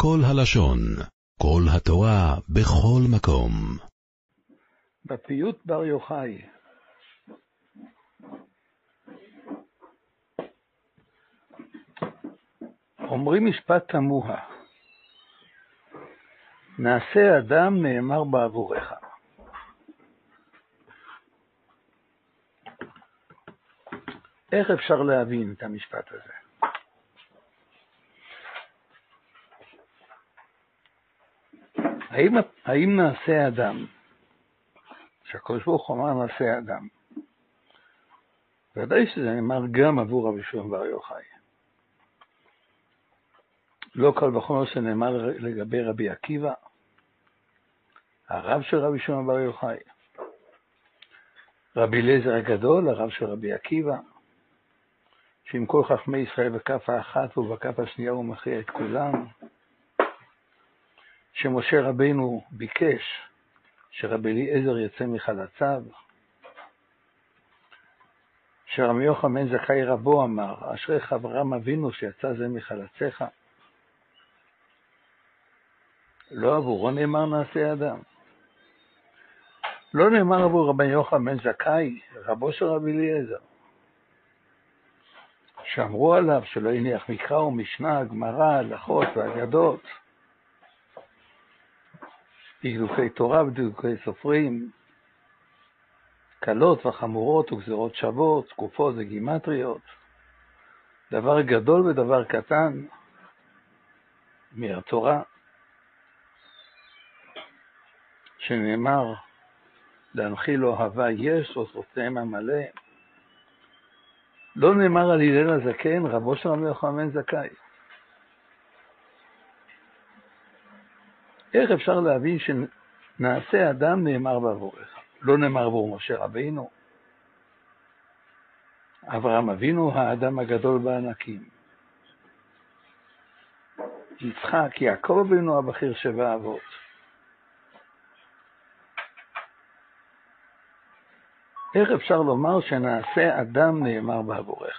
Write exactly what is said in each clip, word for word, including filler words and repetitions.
כל הלשון, כל התורה, בכל מקום. בפיוט בר יוחאי. אומרים משפט תמוה, נעשה אדם נאמר בעבורך. איך אפשר להבין את המשפט הזה? האם, האם נעשה אדם, שהקדוש ברוך הוא אמר נעשה אדם, ודאי שזה נאמר גם עבור רבי שמעון בר יוחאי. לא קל וחומר שנאמר לגבי רבי עקיבא, הרב של רבי שמעון בר יוחאי, רבי אליעזר הגדול, הרב של רבי עקיבא, שעם כל חכמי ישראל בכף האחת ובכף השנייה הוא מכריע את כולם, שמשה רבינו ביקש שרבי אליעזר יצא מחלציו, שרבי יוחנן בן זכאי רבו אמר, אשריך אברהם אבינו שיצא זה מחלציך. לא עבורו נאמר נעשה אדם. לא נאמר עבור רבי יוחנן בן זכאי, רבו של רבי אליעזר, שאמרו עליו שלא הניח מקרא ומשנה, גמרא, הלכות ואגדות, דקדוקי תורה ודקדוקי סופרים, קלות וחמורות וגזרות שוות, תקופות וגימטריות, דבר גדול ודבר קטן מהתורה, שנאמר להנחיל אוהבה יש ושרוצים המלא. לא נאמר על הלל הזקן, רבו של רבי יוחנן בן זכאי. איך אפשר להבין שנעשה אדם נאמר בעבורך? לא נאמר עבור משה רבינו, אברהם אבינו האדם הגדול בענקים, יצחק, יעקב אבינו הבכיר שבע אבות. איך אפשר לומר שנעשה אדם נאמר בעבורך?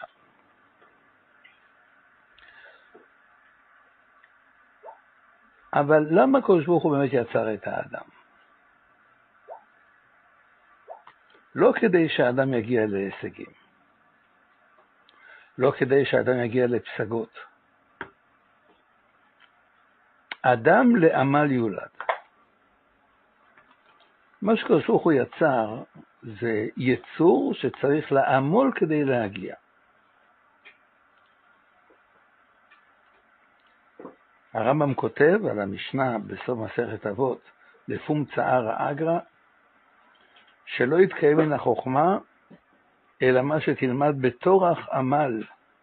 אבל למה הקדוש ברוך הוא באמת יצר את האדם? לא כדי שהאדם יגיע להישגים, לא כדי שהאדם יגיע לפסגות. אדם לעמל יולד. מה שקדוש ברוך הוא יצר זה יצור שצריך לעמול כדי להגיע. הרמב"ם כותב על המשנה בסוף מסכת אבות, לפום צערא אגרא, שלא יתקיים מן החוכמה אלא מה שתלמד בתורח עמל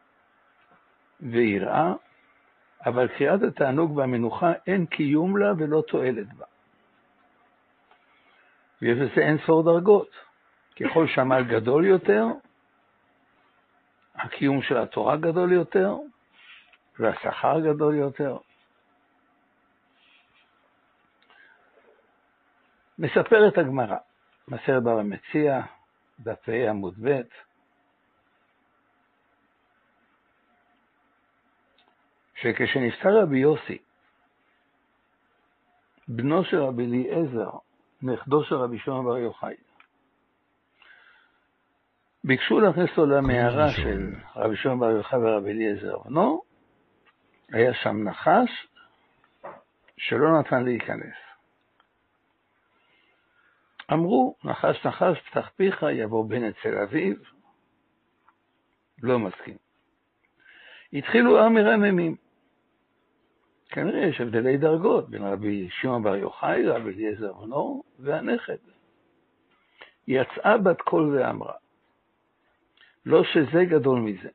ויראה, אבל קריאת התענוג והמנוחה אין קיום לה ולא תועלת בה. ויש לזה אין ספור דרגות. ככל שעמל גדול יותר, הקיום של התורה גדול יותר, והשכר גדול יותר. מספרת הגמרא, מסכת בבא מציעא, דף ה' עמוד ב', שכשנפטר רבי יוסי, בנו של רבי אליעזר, נכדו של רבי שמעון בר יוחאי, ביקשו להכניס לו למערה של רבי שמעון בר יוחאי ורבי אליעזר בנו, היה שם נחש שלא נתן להיכנס. אמרו, נחש נחש פתח פיך, יבוא בן אצל אביו. לא מסכים. התחילו המרממים. כנראה יש הבדלי דרגות בין רבי שמעון בר יוחאי, רבי אליעזר בנו והנכד. יצאה בת קול ואמרה, לא שזה גדול מזה.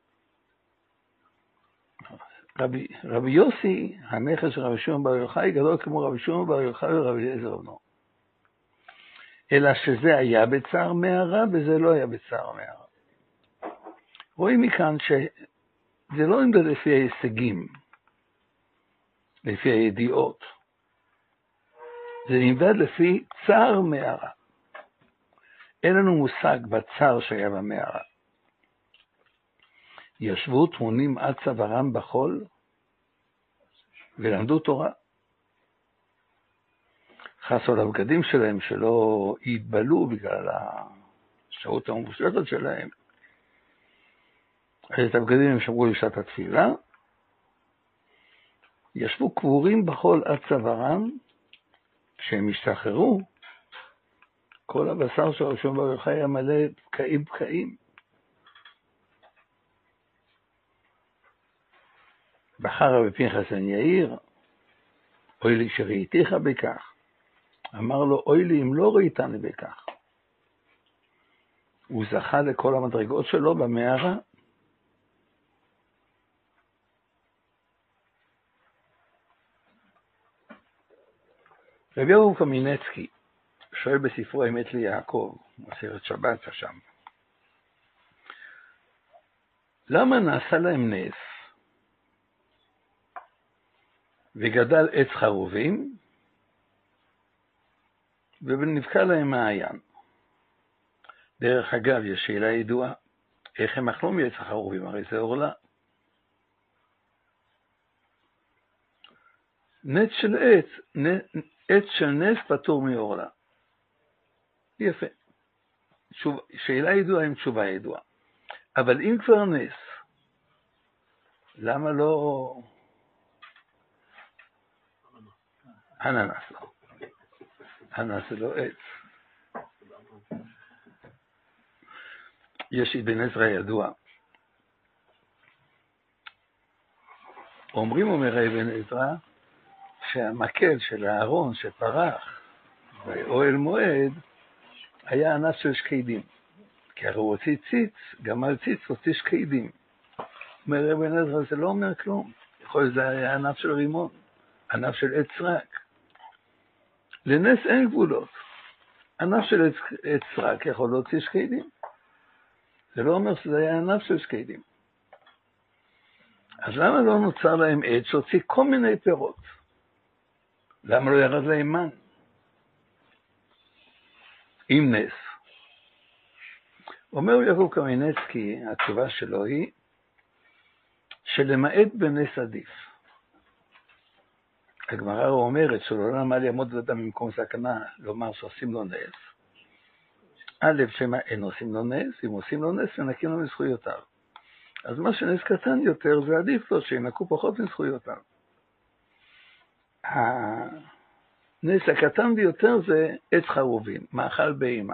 רבי, רבי יוסי, הנכד של רבי שמעון בר יוחאי, גדול כמו רבי שמעון בר יוחאי ורבי אליעזר בנו. אלא שזה היה בצער מערה וזה לא היה בצער מערה. רואים מכאן שזה לא נמדד לפי ההישגים, לפי הידיעות. זה נמדד לפי צער מערה. אין לנו מושג בצער שהיה במערה. ישבו תמונים עד צווארם בחול, ולמדו תורה. חסו על הבגדים שלהם שלא יתבלו בגלל השעות המופשטת שלהם. את הבגדים הם שמרו לשעת התפילה, ישבו קבורים בחול עד צווארם, כשהם השתחררו, כל הבשר של רבי שמעון בר יוחאי היה מלא פקעים פקעים. בחר רבי פנחס בן יאיר, אוי לי שראיתיך בכך. אמר לו, אוי לי אם לא ראיתני בכך. הוא זכה לכל המדרגות שלו במערה. רבי יעקב קמינצקי שואל בספרו אמת ליעקב, מסכת שבת שם, למה נעשה להם נס וגדל עץ חרובים ונבקע להם מעיין? דרך אגב, יש שאלה ידועה, איך הם אכלו מעץ החרובים? הרי זה עורלה. נץ של עץ, עץ של נס פטור מעורלה. יפה. שוב, שאלה ידועה עם תשובה ידועה. אבל אם כבר נס, למה לא... אננס לא. אננס זה לא עץ. יש אבן עזרא ידוע. אומרים, אומר אבן עזרא, שהמקל של הארון שפרח באוהל מועד היה ענף של שקדים. כי הרי הוא הוציא ציץ, גם על ציץ הוציא שקדים. אומר אבן עזרא, זה לא אומר כלום. יכול להיות זה היה ענף של רימון, ענף של עץ רק. לנס אין גבולות. ענף של עץ, עץ רק יכול להוציא שקדים. זה לא אומר שזה היה ענף של שקדים. אז למה לא נוצר להם עץ שהוציא כל מיני פירות? למה לא ירד להם מן? עם נס. אומר יעקב קמינצקי, התשובה שלו היא, שלמעט בנס עדיף. הגמרא אומרת שלא למד יעמוד אדם במקום סכנה, לומר שעושים לו נס. א', שמה אין עושים לו נס, אם עושים לו נס, ינקים לו מזכויותיו. אז מה שנס קטן יותר, זה עדיף לו, שינקו פחות מזכויותיו. הנס הקטן ביותר זה עץ חרובים, מאכל בהמה.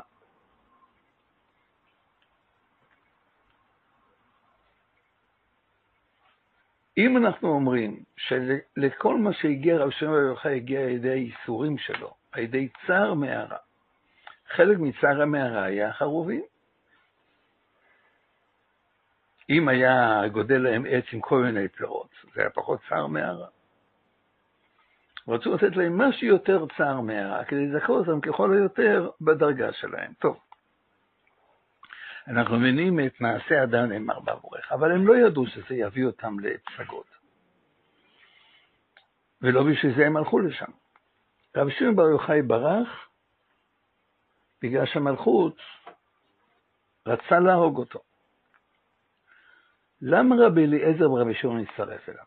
אם אנחנו אומרים שלכל מה שהגיע רבי שמעון בר יוחאי הגיע על ידי האיסורים שלו, על ידי צער מערה, חלק מצער המערה היה חרובים. אם היה גודל להם עץ עם כל מיני פירות, זה היה פחות צער מערה. רצו לתת להם משהו יותר צער מערה, כדי לזכור אותם ככל היותר בדרגה שלהם. טוב, אנחנו מבינים את מעשה אדם נאמר בעבורך, אבל הם לא ידעו שזה יביא אותם לפסגות. ולא בשביל זה הם הלכו לשם. רבי שמעון בר יוחאי ברח, בגלל שהמלכות רצה להרוג אותו. למה רבי אליעזר ורבי שמעון הצטרף אליו?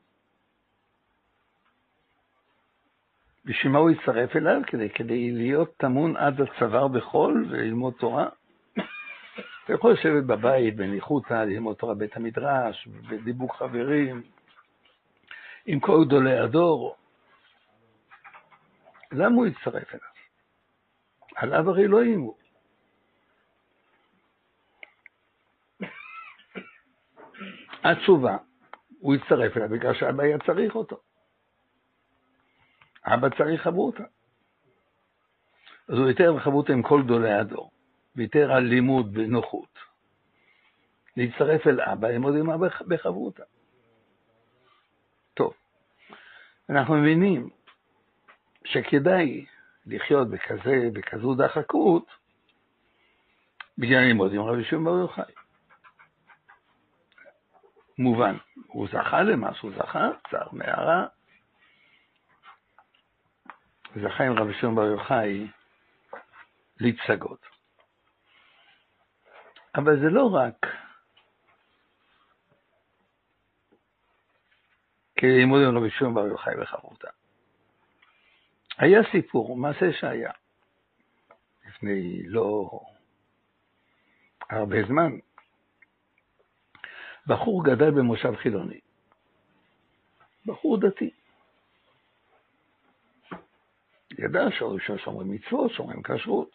בשביל מה הוא הצטרף אליו? כדי, כדי להיות תמון עד הצוואר בחול וללמוד תורה? אתה יכול לשבת בבית בניחותא, ללמוד תורה בית המדרש, בדיבוק חברים, עם כל גדולי הדור. למה הוא הצטרף אליו? עליו הרי לא אימו. התשובה, הוא הצטרף אליו בגלל שאבא היה צריך אותו. אבא צריך חברותא. אז הוא יותר חברותא עם כל גדולי הדור, ויותר על לימוד בנוחות. להצטרף אל אבא, ללמוד עם אבא בחברותא. טוב, אנחנו מבינים שכדאי לחיות בכזה, בכזו דחקות, בגלל ללמוד עם רבי שמעון בר יוחאי. מובן, הוא זכה למה שהוא זכה, צער מערה, זכה עם רבי שמעון בר יוחאי לפסגות. אבל זה לא רק כדי ללמוד עם רבי שמעון בר יוחאי וחברותא. היה סיפור, מעשה שהיה, לפני לא הרבה זמן, בחור גדל במושב חילוני, בחור דתי. ידע ששומרים מצוות, שומרים כשרות.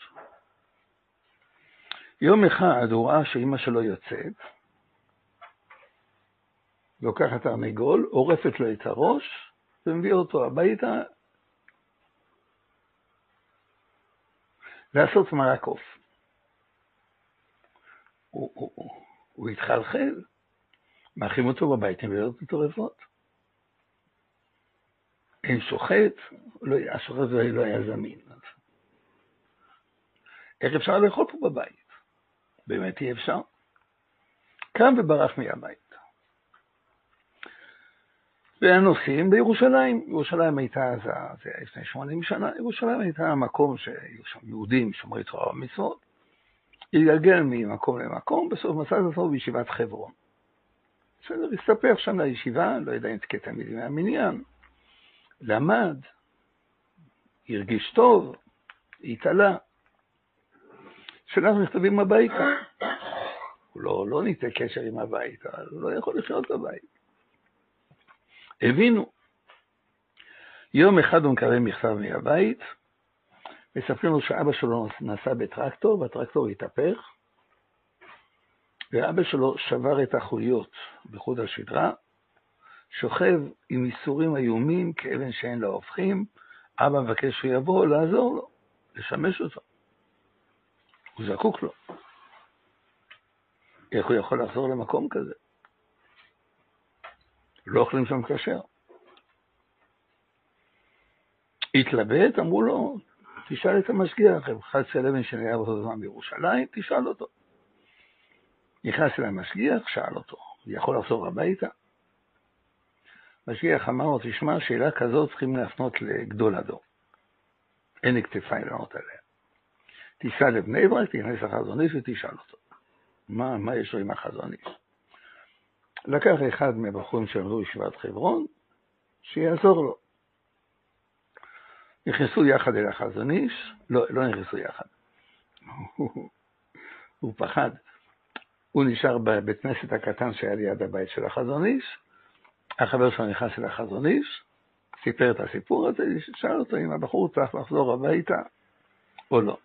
יום אחד הוא ראה שאמא שלו יוצאת, לוקחת תרנגול, עורפת לו את הראש, ומביא אותו הביתה לעשות מרק עוף. הוא, הוא, הוא, הוא התחלחל, מאחים אותו בבית, הם וילות מטורפות. אין שוחט, לא, השוחט לא היה זמין. איך אפשר לאכול פה בבית? באמת אי אפשר. קם וברח מהבית. והנוסעים בירושלים, ירושלים הייתה אז, זה היה לפני שמונים שנה, ירושלים הייתה המקום שהיו שם יהודים שומרי תורה ומצוות, התגלגל ממקום למקום, בסוף מצא את עצמו בישיבת חברון. בסדר, הסתפר שם לישיבה, לא יודע אם תקטע תלמידים מהמניין, למד, הרגיש טוב, התעלה, שלח מכתבים הביתה. הוא לא, לא ניתן קשר עם הביתה, הוא לא יכול לחיות בבית. הבינו. יום אחד הוא מקבל מכתב מהבית, מספרים לו שאבא שלו נסע בטרקטור, והטרקטור התהפך, ואבא שלו שבר את החוליות בחוט השדרה, שוכב עם איסורים איומים כאבן שאין לה הופכים, אבא מבקש שהוא יבוא לעזור לו, לשמש אותו. הוא זקוק לו. איך הוא יכול לחזור למקום כזה? לא אוכלים שם כשר. התלבט, אמרו לו, תשאל את המשגיח, חצי לבן שנהיה באותו זמן בירושלים, תשאל אותו. נכנס אל המשגיח, שאל אותו, יכול לחזור הביתה? המשגיח אמר לו, תשמע, שאלה כזאת צריכים להפנות לגדול הדור. אין כתפיים לענות עליה. תיסע לבני ברק, תיכנס לחזון איש ותשאל אותו. מה, מה יש לו עם החזון איש? לקח אחד מהבחורים שעמדו בישיבת חברון, שיעזור לו. נכנסו יחד אל החזון איש, לא, לא נכנסו יחד. הוא פחד. הוא נשאר בבית כנסת הקטן שהיה ליד הבית של החזון איש, החבר שלו נכנס אל החזון איש, סיפר את הסיפור הזה, שאל אותו אם הבחור צריך לחזור הביתה או לא.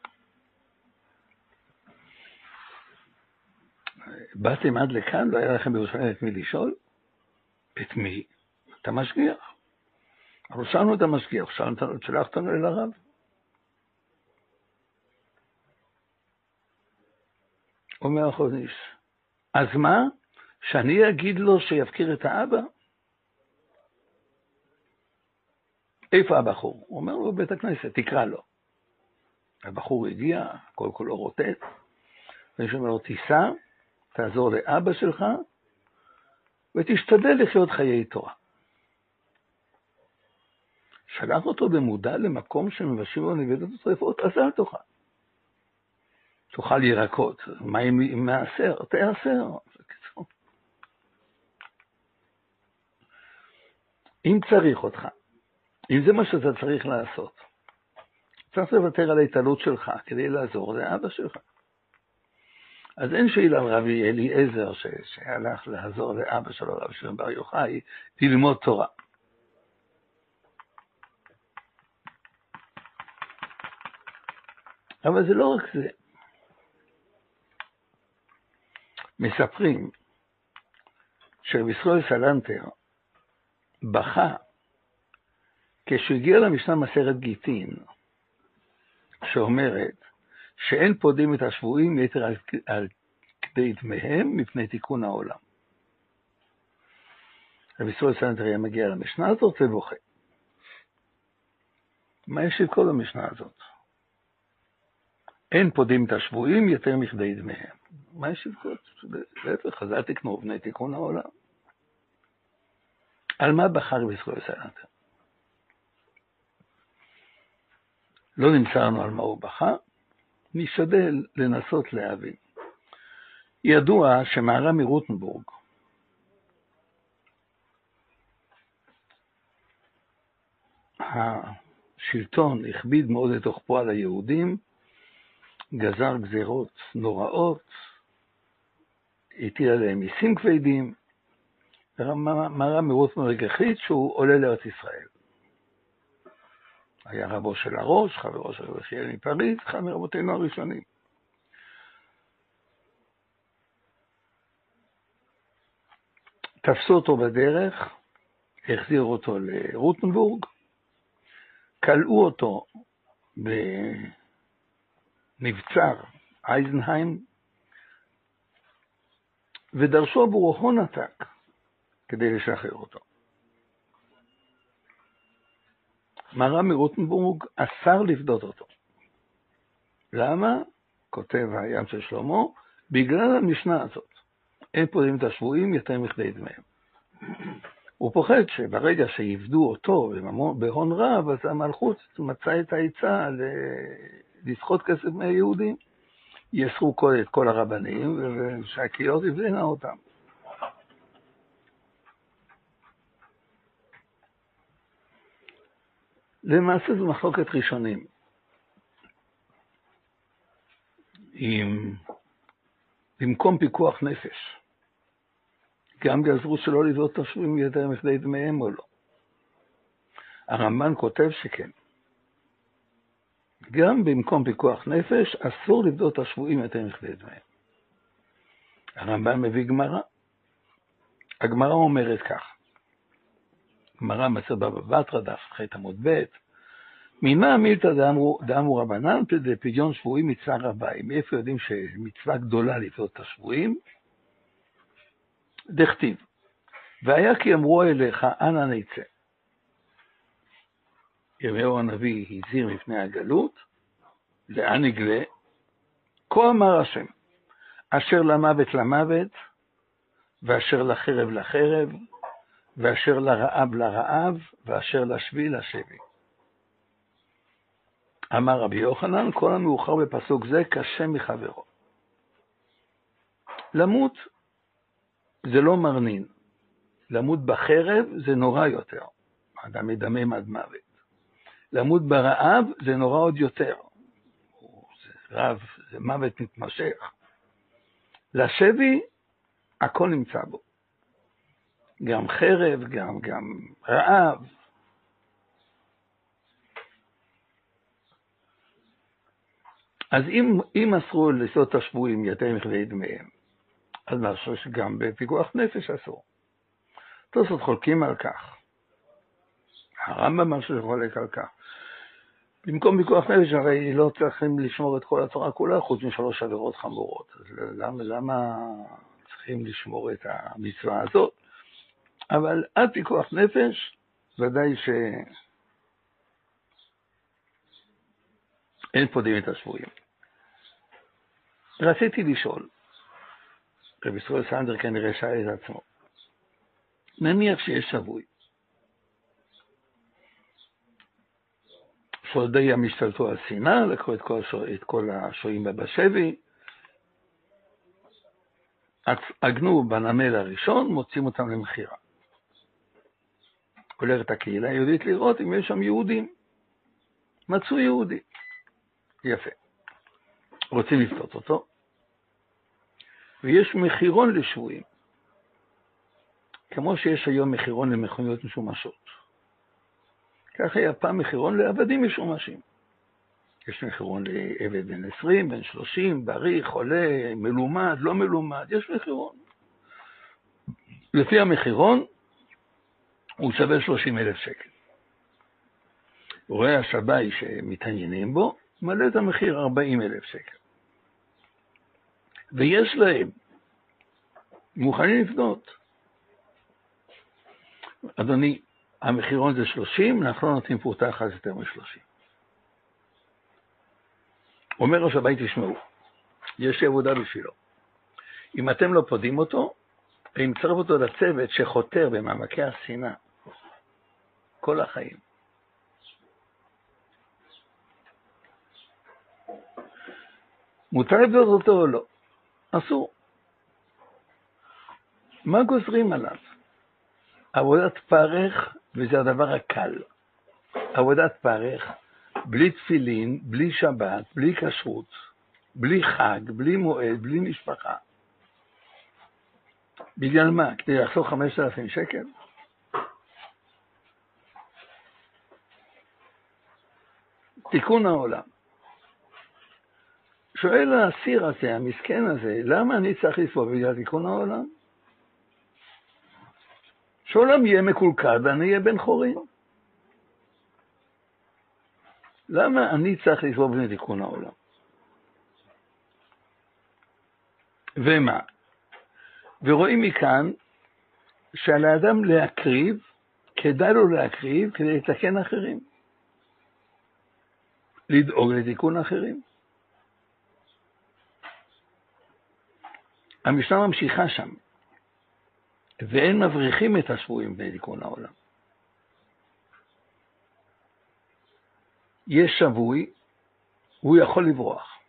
באתם עד לכאן, לא היה לכם בירושלים את מי לשאול? את מי? את המשגיח. אבל שאלנו את המשגיח, שלחתנו אל הרב. אומר החזון איש, אז מה? שאני אגיד לו שיפקיר את האבא? איפה הבחור? הוא אומר לו בבית הכנסת, תקרא לו. הבחור הגיע, כל כולו רוטט, ואני אומר לו, תיסע, תעזור לאבא שלך, ותשתדל לחיות חיי תורה. שלח אותו במודע למקום שמבשים לו נבלות וטרפות, אז אל תאכל. תאכל ירקות, מה עם מעשר? תעשר. אם צריך אותך, אם זה מה שאתה צריך לעשות, צריך לוותר על ההתעלות שלך כדי לעזור לאבא שלך. אז אין שאלה על רבי אליעזר ש... שהלך לעזור לאבא שלו, רבי שמעון בר יוחאי, ללמוד תורה. אבל זה לא רק זה. מספרים שרבי ישראל סלנטר בכה כשהוא הגיע למשנה מסכת גיטין, שאומרת שאין פודים את השבויים יתר על, על כדי דמיהם מפני תיקון העולם. רבי ישראל סלנטר היה מגיע למשנה הזאת ובוכה. מה יש את כל המשנה הזאת? אין פודים את השבויים יותר מכדי דמיהם. מה יש את כל? להפך, אז אל תקנו בני תיקון העולם. על מה בחר רבי ישראל סלנטר? לא נמצא לנו על מה הוא בחר, נשתדל לנסות להבין. ידוע שמהר"ם מרוטנבורג השלטון הכביד מאוד את תוקפו על היהודים, גזר גזירות נוראות, הטיל עליהם מיסים כבדים, מרן מרוטנבורג החליט שהוא עולה לארץ ישראל. היה רבו של הראש, חברו של רבי יחיאל מפריז, אחד מרבותינו הראשונים. תפסו אותו בדרך, החזירו אותו לרוטנבורג, קלעו אותו בנבצר אייזנהיים, ודרשו עבורו הון עתק כדי לשחרר אותו. מרן מרוטנבורג אסר לפדות אותו. למה? כותב הים של שלמה, בגלל המשנה הזאת. אין פודים את השבויים יותר מכדי דמיהם. הוא פוחד שברגע שיפדו אותו בהון רב, אז המלכות מצא את העצה לסחוט כסף מהיהודים. יסחו את כל הרבנים, ושהקהילות יבדנה אותם. למעשה זו מחלוקת ראשונים. עם, במקום פיקוח נפש, גם גזרו שלא לבדות את השבויים יותר מכדי דמיהם או לא. הרמב"ן כותב שכן. גם במקום פיקוח נפש, אסור לבדות את השבויים יותר מכדי דמיהם. הרמב"ן מביא גמרא. הגמרא אומרת כך. גמרא מסר בבא בתרא דף ח' עמוד ב', ממה מילתא דאמרו רבנן פדיון שבויים מצווה רבה. מאיפה יודעים שמצווה גדולה לבדות את השבויים? דכתיב, והיה כי אמרו אליך אנה נצא. ירמיהו הנביא הזהיר מפני הגלות, לאן נגלה? כה אמר השם, אשר למוות למוות, ואשר לחרב לחרב, ואשר לרעב לרעב, ואשר לשבי לשבי. אמר רבי יוחנן, כל המאוחר בפסוק זה קשה מחברו. למות זה לא מרנין, למות בחרב זה נורא יותר, אדם מדמם עד מוות. למות ברעב זה נורא עוד יותר, זה רב, זה מוות מתמשך. לשבי הכל נמצא בו, גם חרב, גם, גם רעב. אז אם, אם אסרו לעשות השבויים יותר מכדי דמיהם, אז נרשו שגם בפיקוח נפש אסור. תוספות חולקים על כך. הרמב"ם משהו שחולק על כך. במקום פיקוח נפש הרי לא צריכים לשמור את כל התורה כולה, חוץ משלוש עבירות חמורות. אז למה, למה צריכים לשמור את המצווה הזאת? אבל עד פיקוח נפש, ודאי שאין פודים את השבויים. רציתי לשאול, רבי ישראל סנדר כנראה שאל את עצמו, נניח שיש שבוי, שולדי המשתלטו על סיני, לקחו את כל, את כל השוהים בשבי, עגנו בנמל הראשון, מוצאים אותם למחירה. הולכת הקהילה היהודית לראות אם יש שם יהודים. מצאו יהודי. יפה. רוצים לפתות אותו. ויש מחירון לשבויים. כמו שיש היום מחירון למכוניות משומשות. כך היה פעם מחירון לעבדים משומשים. יש מחירון לעבד בן עשרים, בן שלושים, בריא, חולה, מלומד, לא מלומד, יש מחירון. לפי המחירון, הוא שווה שלושים אלף שקל. רואי השבאי שמתעניינים בו, מלא את המחיר ארבעים אלף שקל. ויש להם, מוכנים לפנות. אדוני, המחירון זה שלושים, אנחנו לא נותנים פרוטה אחת יותר מ-שלושים. אומר השבאי, תשמעו, יש עבודה בשבילו. אם אתם לא פודים אותו, אם צריך אותו לצוות שחותר במעמקי השנאה, כל החיים. מותר לבדות אותו או לא? אסור. מה גוזרים עליו? עבודת פרך, וזה הדבר הקל. עבודת פרך, בלי תפילין, בלי שבת, בלי כשרות, בלי חג, בלי מועד, בלי משפחה. בגלל מה? כדי לחסוך חמשת אלפים שקל? תיקון העולם. שואל האסיר הזה, המסכן הזה, למה אני צריך לסבול בגלל תיקון העולם? שהעולם יהיה מקולקל ואני אהיה בן חורין. למה אני צריך לסבול בגלל תיקון העולם? ומה? ורואים מכאן שעל האדם להקריב, כדאי לו להקריב כדי לתקן אחרים. לדאוג לתיקון אחרים. המשנה ממשיכה שם, ואין מבריחים את השבויים בתיקון העולם. יש שבוי, הוא יכול לברוח.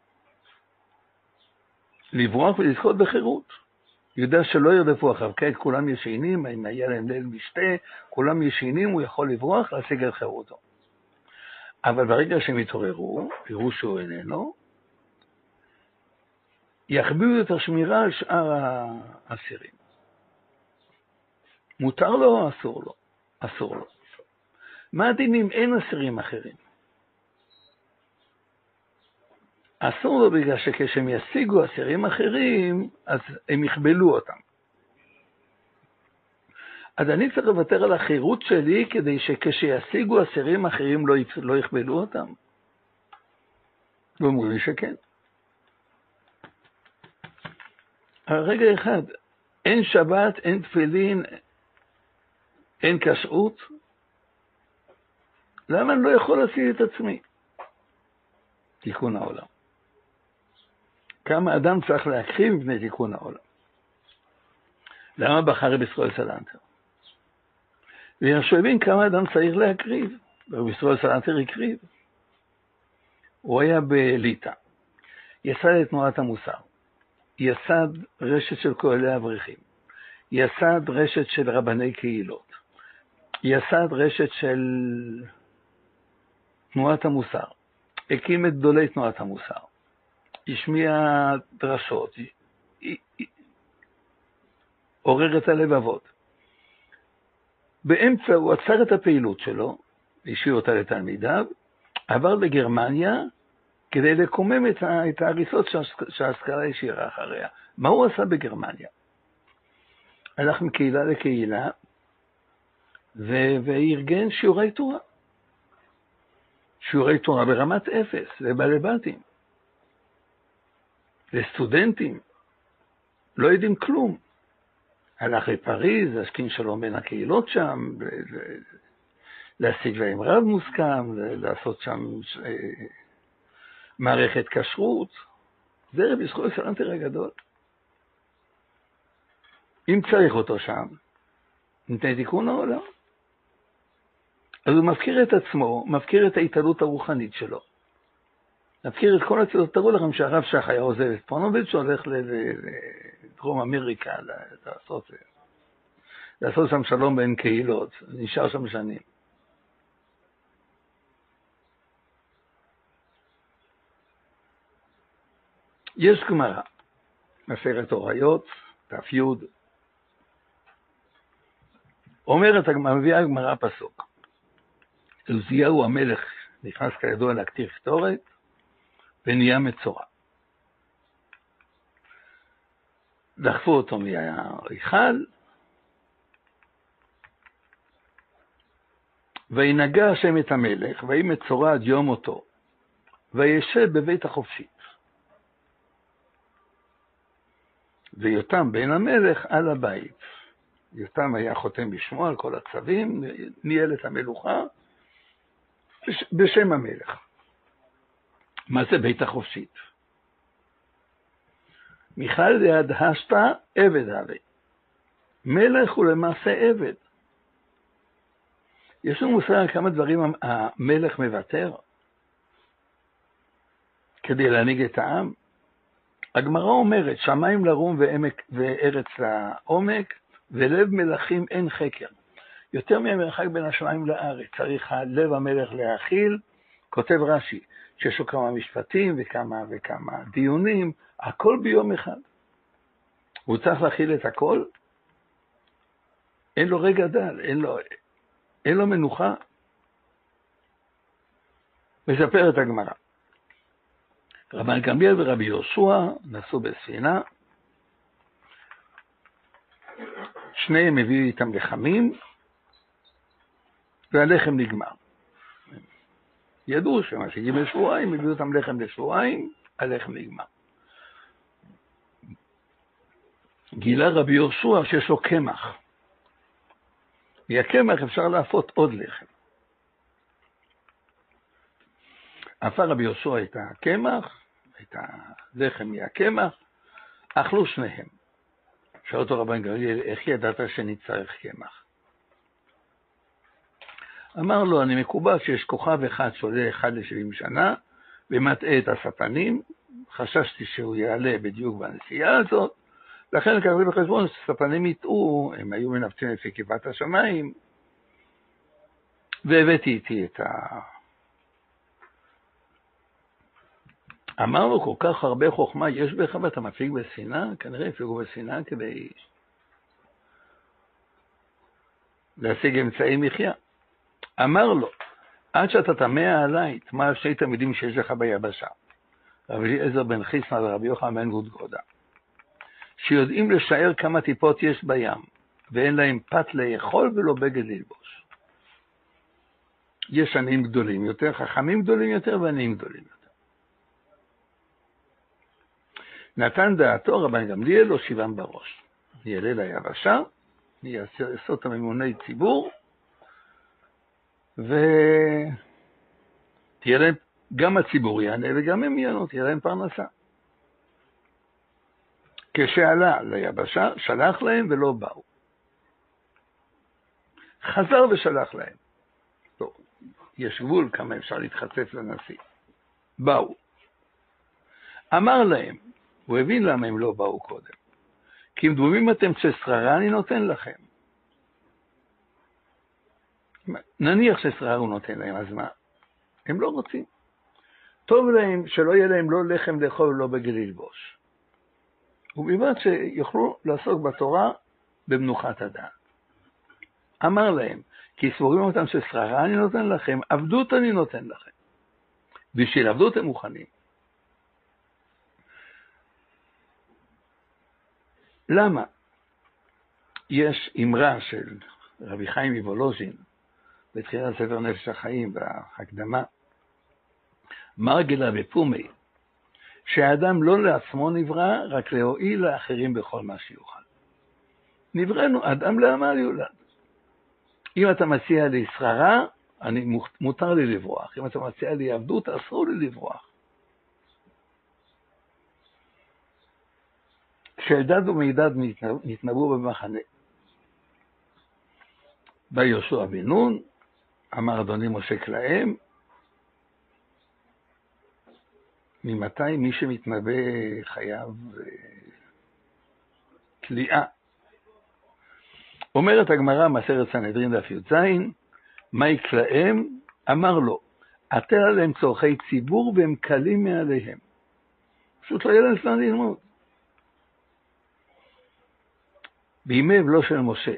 לברוח ולזכות בחירות. יודע שלא ירדפו אחריו, כעת כולם ישנים, אם היה להם ליל משתה, כולם ישנים, הוא יכול לברוח, להשיג את חירותו. אבל ברגע שהם יתעוררו, יראו שהוא איננו, יכבידו את השמירה על שאר האסירים. מותר לו או אסור לו? אסור לו. מה הדין אם אין אסירים אחרים? אסור לו בגלל שכשהם ישיגו אסירים אחרים, אז הם יכבלו אותם. אז אני צריך לוותר על החירות שלי כדי שכשישיגו אסירים אחרים לא, לא יכבלו אותם. ואומרים לי שכן. הרגע אחד, אין שבת, אין תפילין, אין כשרות. למה אני לא יכול להציל את עצמי? תיקון העולם. כמה אדם צריך להקריב מפני תיקון העולם? למה בחר רבי ישראל סלנטר? ואנחנו יודעים כמה אדם צריך להקריב. רבי ישראל סלנטר הקריב. הוא היה בליטא. יסד את תנועת המוסר. יסד רשת של כוללי אברכים. יסד רשת של רבני קהילות. יסד רשת של תנועת המוסר. הקים את גדולי תנועת המוסר. השמיע דרשות. עורר את הלבבות. באמצע הוא עצר את הפעילות שלו, השאיר אותה לתלמידיו, עבר לגרמניה כדי לקומם את ההריסות שההשכלה השאירה אחריה. מה הוא עשה בגרמניה? הלך מקהילה לקהילה וארגן שיעורי תורה. שיעורי תורה ברמת אפס, לבעלי בתים, לסטודנטים, לא יודעים כלום. הלך לפריז, להשכין שלום בין הקהילות שם, להשיג להם רב מוסכם, לעשות שם מערכת כשרות. זה רבי ישראל סלנטר הגדול. אם צריך אותו שם, ניתן תיקון העולם. אז הוא מפקיר את עצמו, מפקיר את ההתעלות הרוחנית שלו. מפקיר את כל הצדות. תראו לכם שהרב שך היה עוזב את פונוביץ' שהולך לדרום אמריקה לעשות, לעשות שם שלום בין קהילות. נשאר שם שנים. יש גמרא, מסכת הוריות, דף י', אומרת, מביאה הגמרא פסוק. עוזיהו המלך נכנס כידוע להקטיר קטורת, ונהיה מצורע. דחפו אותו מההיכל, וינגע השם את המלך, ויהי מצורע עד יום מותו, וישב בבית החופשית. ויותם בן המלך על הבית. יותם היה חותם בשמו על כל הצווים, ניהל את המלוכה בשם המלך. מה זה בית החופשית? מיכל ליד השתה עבד הרי. מלך הוא למעשה עבד. יש לנו מושג כמה דברים המלך מוותר כדי להנהיג את העם. הגמרא אומרת, שמיים לרום ועמק וארץ לעומק, ולב מלכים אין חקר. יותר מהמרחק בין השמיים לארץ. צריך לב המלך להכיל, כותב רש"י, שיש לו כמה משפטים וכמה וכמה דיונים, הכל ביום אחד. הוא צריך להכיל את הכל, אין לו רגע דל, אין לו, אין לו מנוחה. מספר את הגמרא. רבן גמליאל ורבי יהושע נסעו בספינה, שניהם הביאו איתם לחמים, והלחם נגמר. ידעו שמה שהגיעו לשבועיים, הביאו אותם לחם לשבועיים, הלחם נגמר. גילה רבי יהושע שיש לו קמח. מהקמח אפשר להפות עוד לחם. אפה רבי יהושע את הקמח, את הלחם מהקמח, אכלו שניהם. שאל אותו רבן גמליאל, איך ידעת שנצטרך קמח? אמר לו, אני מקובל שיש כוכב אחד שעולה אחד לשבעים שנה, ומטעה את הספנים, חששתי שהוא יעלה בדיוק בנסיעה הזאת, לכן לקחתי בחשבון שספנים יטעו, הם היו מנפצים לפי כיפת השמיים, והבאתי איתי את ה... אמר לו, כל כך הרבה חוכמה יש בך ואתה מפיק בספינה? כנראה הפיקו בספינה כדי להשיג אמצעי מחיה. אמר לו, עד שאתה תמה עליי, תמה שני תלמידים שיש לך ביבשה, רבי אליעזר בן חיסמא ורבי יוחנן בן גודגודה, שיודעים לשער כמה טיפות יש בים, ואין להם פת לאכול ולא בגד ללבוש. יש עניים גדולים יותר, חכמים גדולים יותר ועניים גדולים יותר. נתן דעתו רבן גמליאל לא שיבם בראש. יעלה ליבשה, יעשה את הממוני ציבור, ותהיה להם, גם הציבור יענה וגם הם יענו, תהיה להם פרנסה. כשעלה ליבשה, שלח להם ולא באו. חזר ושלח להם. טוב, יש גבול כמה אפשר להתחצף לנשיא. באו. אמר להם, הוא הבין למה הם לא באו קודם. כי אם דומים אתם ששררה אני נותן לכם. נניח ששררה הוא נותן להם, אז מה? הם לא רוצים. טוב להם שלא יהיה להם לא לחם לאכול ולא בגד ללבוש. ובלבד שיוכלו לעסוק בתורה במנוחת הדעת. אמר להם, כי סבורים אותם ששררה אני נותן לכם, עבדות אני נותן לכם. בשביל עבדות הם מוכנים. למה? יש אמרה של רבי חיים מוולוז'ין, בתחילת ספר נפש החיים, בהקדמה, מרגלה בפומי, שהאדם לא לעצמו נברא, רק להועיל לאחרים בכל מה שיוכל. נבראנו, אדם לעמל יולד. אם אתה מציע לי שררה, אני, מותר לי לברוח. אם אתה מציע לי עבדות, אסור לי לברוח. כשאלדד ומידד נתנבאו במחנה. בא יהושע בן נון, אמר אדוני מושק להם, ממתי מי שמתנבא חייב כליאה? אומרת הגמרא מסכת סנהדרין דף י"ז, מה יקלהם? אמר לו, עטל עליהם צורכי ציבור והם קלים מעליהם. פשוט לא יהיה להם זמן ללמוד. בימי בלו של משה,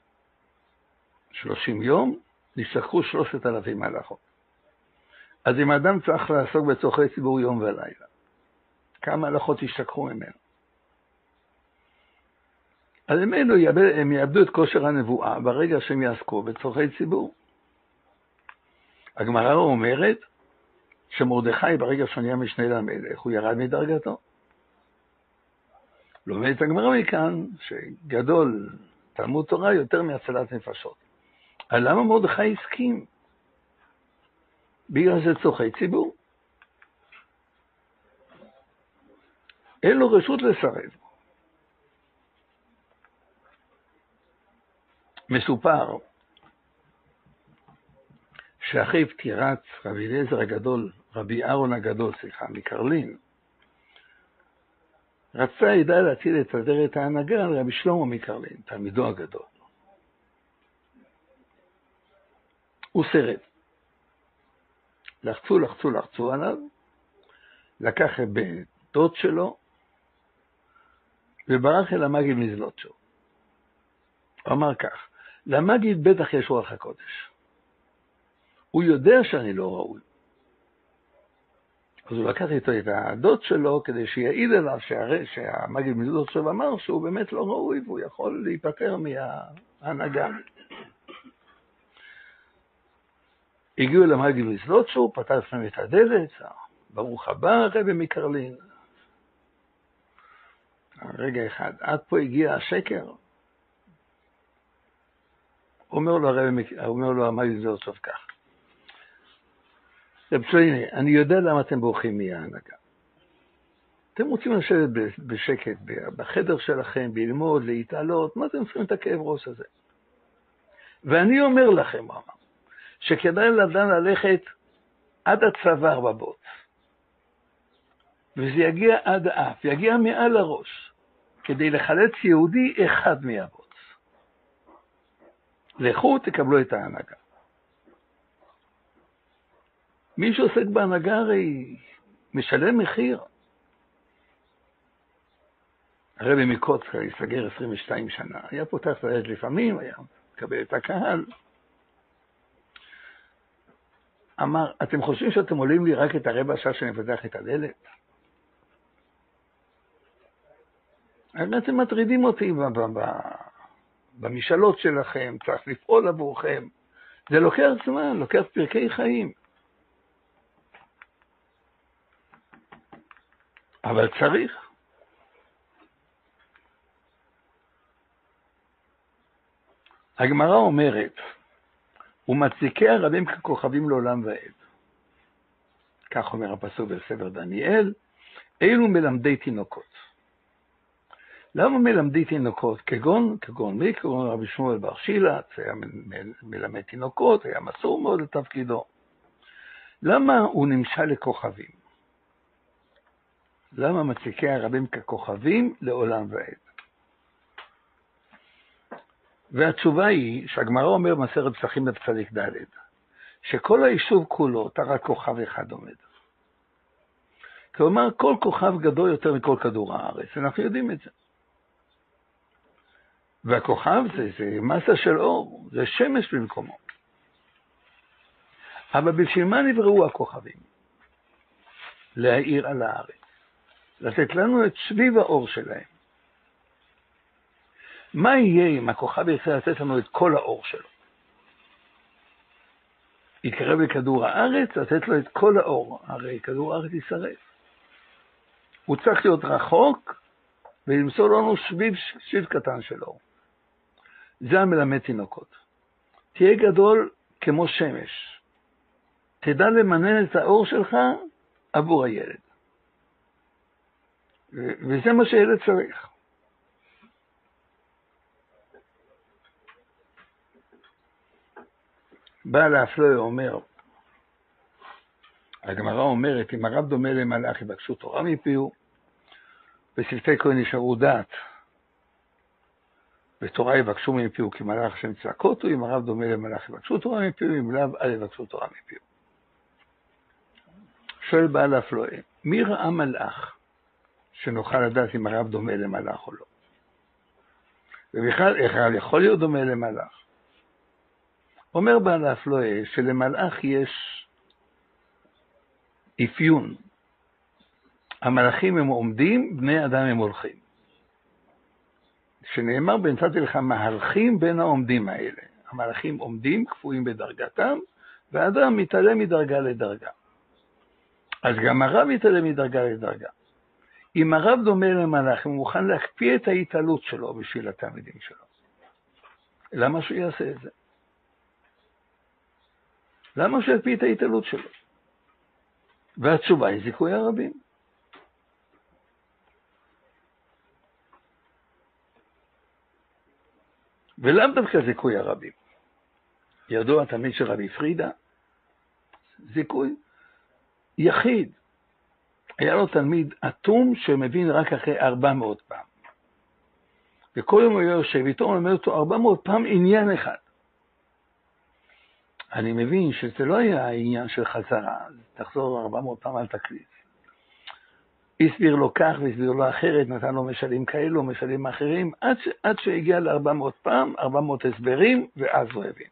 שלושים יום, נשכחו שלושת אלפים הלכות. אז אם האדם צריך לעסוק בצורכי ציבור יום ולילה, כמה הלכות ישתכחו ממנו? אז הם אלו, הם יאבדו את כושר הנבואה ברגע שהם יעסקו בצורכי ציבור. הגמרא אומרת שמרדכי ברגע שנהיה משנה למלך, הוא ירד מדרגתו. לומדת הגמרא מכאן שגדול תלמוד תורה יותר מהצלת נפשות. אז למה מרדכי הסכים? בגלל זה צורכי ציבור. אין לו רשות לסרב. מסופר שאחרי פטירת רבי אליעזר הגדול, רבי אהרון הגדול, סליחה, מקרלין, רצה ידע להטיל את אדרת ההנהגה על רבי שלמה מקרלין, תלמידו הגדול. הוא סירב. לחצו, לחצו, לחצו עליו, לקח את בן דוד שלו, וברח אל המגיד מזלוטשו. הוא אמר כך, למגיד בטח יש רוח הקודש. הוא יודע שאני לא ראוי. אז הוא לקח איתו את הדוד שלו, כדי שיעיד עליו שהרי, שהמגיד מזלוטשו אמר שהוא באמת לא ראוי, והוא יכול להיפטר מההנהגה. הגיעו למגיד מזלוטשו, פתח לפני את הדלת, ברוך הבא הרבי מקרלין. רגע אחד, עד פה הגיע השקר. אומר לו הרבי, אומר לו המגיד מזלוטשו כך. רב צ'ליני, אני יודע למה אתם בורחים מההנהגה. אתם רוצים לשבת בשקט בחדר שלכם, ללמוד, להתעלות, מה אתם צריכים את הכאב ראש הזה? ואני אומר לכם, אמר, שכדאי לדעת ללכת עד הצוואר בבוץ. וזה יגיע עד האף, יגיע מעל הראש, כדי לחלץ יהודי אחד מהבוץ. לכו תקבלו את ההנהגה. מי שעוסק בהנהגה הרי משלם מחיר. הרבי מקוצקה יסגר עשרים ושתיים שנה, היה פותח את הדלת לפעמים, היה מקבל את הקהל. אמר, אתם חושבים שאתם עולים לי רק את הרבע שעה שאני פותח את הדלת? הרי אתם מטרידים אותי במשאלות שלכם, צריך לפעול עבורכם. זה לוקח זמן, לוקח פרקי חיים. אבל צריך. הגמרא אומרת, ומצדיקי הרבים ככוכבים לעולם ועד. כך אומר הפסוק בספר דניאל, אלו מלמדי תינוקות. למה מלמדי תינוקות? כגון, כגון מי? כגון רבי שמואל בר שילת, היה מלמד תינוקות, היה מסור מאוד לתפקידו. למה הוא נמשל לכוכבים? למה מצדיקי הרבים ככוכבים לעולם ועד? והתשובה היא שהגמרא אומר במסכת פסחים בפסק ד' שכל היישוב כולו תחת כוכב אחד עומד. כלומר, כל כוכב גדול יותר מכל כדור הארץ, אנחנו יודעים את זה. והכוכב זה, זה מסה של אור, זה שמש במקומו. אבל בשביל מה נבראו הכוכבים? להאיר על הארץ. לתת לנו את שביב האור שלהם. מה יהיה אם הכוכב ירצה לתת לנו את כל האור שלו? יקרב לכדור הארץ, לתת לו את כל האור, הרי כדור הארץ יישרף. הוא צריך להיות רחוק, ולמסור לנו שביב, שביב קטן של אור. זה המלמד תינוקות. תהיה גדול כמו שמש. תדע למנן את האור שלך עבור הילד. וזה מה שילד צריך. בעל האפלוי אומר, הגמרא אומרת, אם הרב דומה למלאך יבקשו תורה מפיהו, ושפתי כהן נשארו דעת, ותורה יבקשו מפיהו כי מלאך השם צעקות, אם הרב דומה למלאך יבקשו תורה מפיהו, אם לאו אל יבקשו תורה מפיהו. שואל בעל האפלוי, מי ראה מלאך שנוכל לדעת אם הרב דומה למלאך או לא? ובכלל, איך הרב יכול להיות דומה למלאך? אומר בעל האפלוי שלמלאך יש אפיון. המלאכים הם עומדים, בני אדם הם הולכים. שנאמר בנתתי לך מהלכים בין העומדים האלה. המלאכים עומדים, קפואים בדרגתם, והאדם מתעלם מדרגה לדרגה. אז גם הרב מתעלם מדרגה לדרגה. אם הרב דומה למלאך, הוא מוכן להקפיא את ההתעלות שלו בשביל התלמידים שלו. למה שהוא יעשה את זה? למה שהוא יקפיא את ההתעלות שלו? והתשובה היא זיכוי הרבים. ולאו דווקא זיכוי הרבים. ידוע תמיד של רבי פרידה, זיכוי יחיד. היה לו תלמיד אטום שמבין רק אחרי ארבע מאות פעם. וכל יום הוא יושב איתו, הוא אומר אותו ארבע מאות פעם עניין אחד. אני מבין שזה לא היה העניין של חזרה, תחזור ארבע מאות פעם על תקליט. הסביר לו כך והסביר לו אחרת, נתן לו משלים כאלו, משלים אחרים, עד, ש... עד שהגיע ל-ארבע מאות פעם, ארבע מאות הסברים, ואז הוא הבין.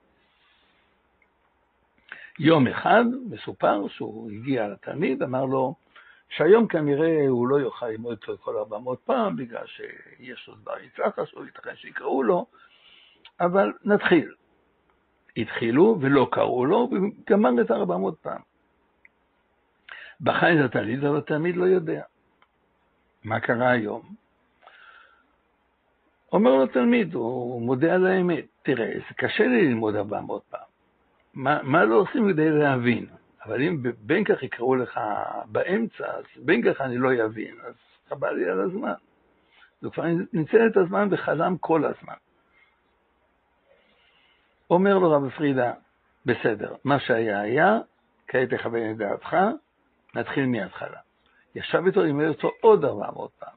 יום אחד מסופר שהוא הגיע לתלמיד, אמר לו שהיום כנראה הוא לא יוכל ללמוד אותו כל ארבע מאות פעם, בגלל שיש לו דבר יצחק, או ייתכן שיקראו לו, אבל נתחיל. התחילו ולא קראו לו, וגמר את ארבע מאות פעם. בחן את התלמיד, אבל התלמיד לא יודע. מה קרה היום? אומר לו תלמיד, הוא מודה על האמת, תראה, זה קשה לי ללמוד ארבע מאות פעם. מה, מה לא עושים כדי להבין? אבל אם בין כך יקראו לך באמצע, אז בין כך אני לא יבין, אז חבל לי על הזמן. הוא כבר ניצל את הזמן וחלם כל הזמן. אומר לו רב פרידה, בסדר, מה שהיה היה, כעת תכוון את דעתך, נתחיל מההתחלה. ישב איתו, לימד אותו עוד ארבע מאות פעם.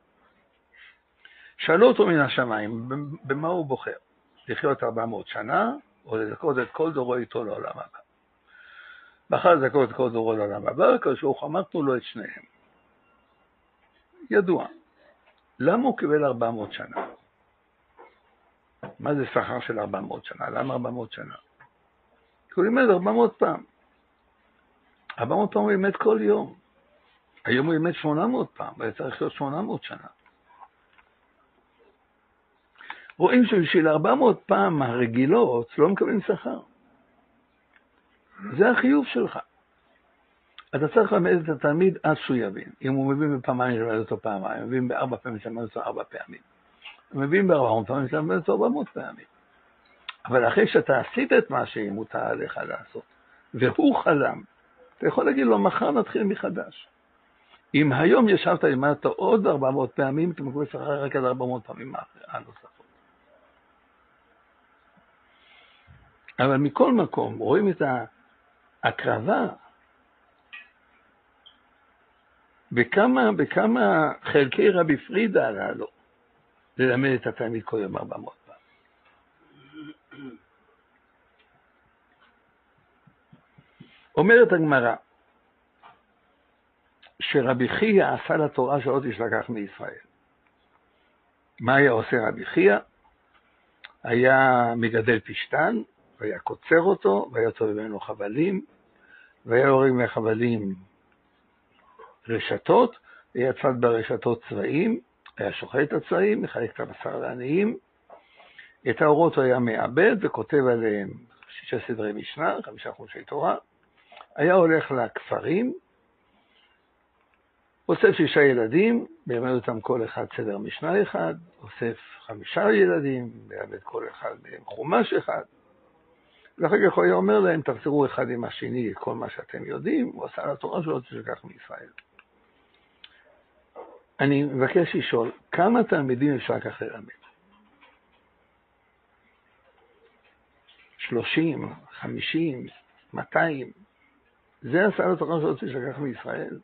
שאלו אותו מן השמיים, במה הוא בוחר? לחיות ארבע מאות שנה, או לזכות את כל דורו איתו לעולם הבא. בחר לזכות את כל דורו לעולם הבא, כאשר אמרנו לו את שניהם. ידוע, למה הוא קיבל ארבע מאות שנה? מה זה שכר של ארבע מאות שנה? למה ארבע מאות שנה? כי הוא לימד ארבע מאות פעם. ארבע מאות פעם הוא לימד כל יום. היום הוא לימד שמונה מאות פעם, והיה צריך להיות שמונה מאות שנה. רואים שבשביל ארבע מאות פעם הרגילות לא מקבלים שכר. זה החיוב שלך. אתה צריך ללמד את התלמיד עד שהוא יבין. אם הוא מבין בפעמיים, ילמד אותו פעמיים. מבין בארבע פעמים, ילמד אותו ארבע פעמים. הוא מבין בארבע מאות פעמים, ילמד אותו ארבע מאות פעמים. אבל אחרי שאתה עשית את מה שמותר עליך לעשות, והוא חלם, אתה יכול להגיד לו, מחר נתחיל מחדש. אם היום ישבת למדת עוד ארבע מאות פעמים, אתה מקבל שכר רק על ארבע מאות פעמים הנוספות. אבל מכל מקום, רואים את ההקרבה, בכמה, בכמה חלקי רבי פרידה עלה לו, ללמד את התלמיד כל יום ארבע מאות פעם. אומרת הגמרא, שרבי חייא עשה לתורה שלא תשלקח מישראל. מה היה עושה רבי חייא? היה מגדל פשטן, והיה קוצר אותו, והיה יוצא ממנו חבלים, והיה הורג מהחבלים רשתות, והיה צד ברשתות צבעים, היה שוחט את הצבעים, מחלק את הבשר לעניים, את האורות הוא היה מעבד וכותב עליהם שישה סדרי משנה, חמישה חומשי תורה, היה הולך לכפרים, אוסף שישה ילדים, וילמד אותם כל אחד סדר משנה אחד, אוסף חמישה ילדים, וילמד כל אחד מהם חומש אחד, ואחר כך הוא היה אומר להם, תחזרו אחד עם השני את כל מה שאתם יודעים, הוא עשה לתורה שלא תשכח מישראל. אני מבקש לשאול, כמה תלמידים אפשר כך ללמד? שלושים, חמישים, מאתיים, זה עשה לתורה שלא תשכח מישראל?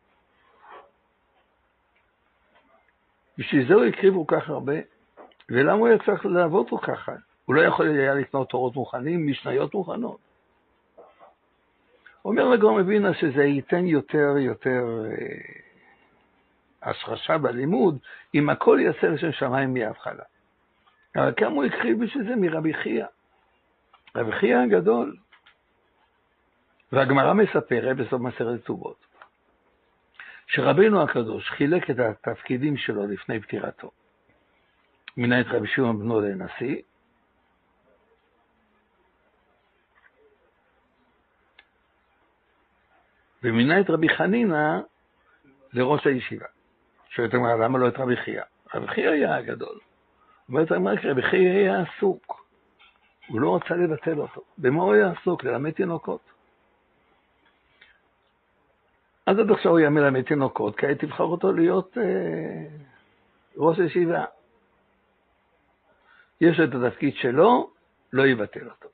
בשביל זה הוא הקריבו כך הרבה, ולמה הוא היה צריך לעבוד לו ככה? הוא לא יכול היה לקנות תורות מוכנים, משניות מוכנות. אומר לגאון מווילנה שזה ייתן יותר יותר אה, השרשה בלימוד, אם הכל יעשה לשם שמיים מההתחלה. אבל כמה הוא הקריב בשביל זה מרבי חייא? רבי חייא הגדול. והגמרא מספרת בסוף מסכת כתובות, שרבינו הקדוש חילק את התפקידים שלו לפני פטירתו. מינה את רבי שמעון בנו לנשיא, ומינה את רבי חנינא לראש הישיבה. שואלת הגמרא, למה לא את רבי חייא? רבי חייא היה הגדול. אומרת הגמרא, רבי חייא היה עסוק. הוא לא רצה לבטל אותו. במה הוא היה עסוק? ללמד תינוקות. אז עד עכשיו הוא היה מלמד תינוקות, כעת תבחר אותו להיות אה, ראש הישיבה. יש את התפקיד שלו, לא יבטל אותו.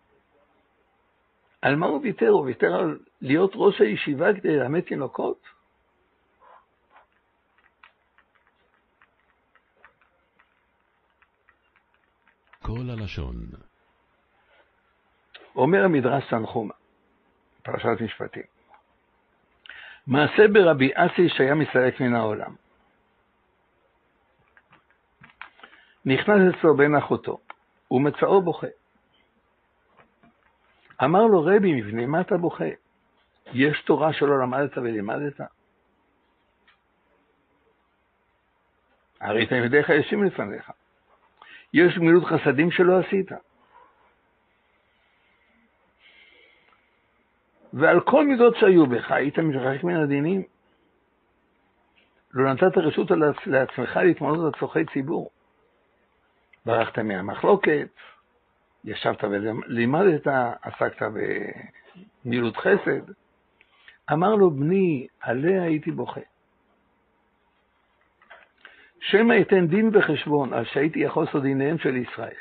על מה הוא ויתר? הוא ויתר על להיות ראש הישיבה כדי ללמד תינוקות? כל הלשון אומר המדרש תנחומא, פרשת משפטים, מעשה ברבי אסי שהיה מסתלק מן העולם. נכנס אצלו בן אחותו, ומצאו בוכה. אמר לו, רבי, מבני מה אתה בוכה? יש תורה שלא למדת ולימדת? הרי תלמידיך יושבים לפניך. יש גמילות חסדים שלא עשית. ועל כל מידות שהיו בך, היית מתרחק מן הדינים. לא נתת רשות לעצמך להתמודד לצורכי ציבור. ברחת מהמחלוקת, ישבת ולימדת, עסקת בגמילות חסד. אמר לו, בני, עליה הייתי בוכה. שמא יתן דין וחשבון על שהייתי יכול לעשות דיניהם של ישראל.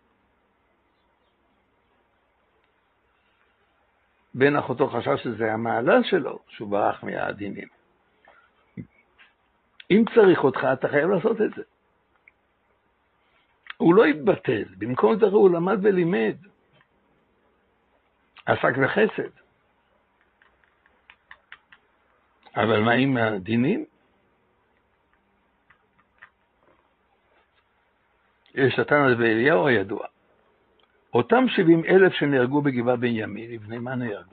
בן אחותו חשב שזה המעלה שלו, שהוא ברח מהדינים. אם צריך אותך, אתה חייב לעשות את זה. הוא לא התבטל, במקום זה הוא למד ולימד. עסק בחסד. אבל מה עם הדינים? יש התנא באליהו הידוע. אותם שבעים אלף שנהרגו בגבעה בנימין, לבני מה נהרגו?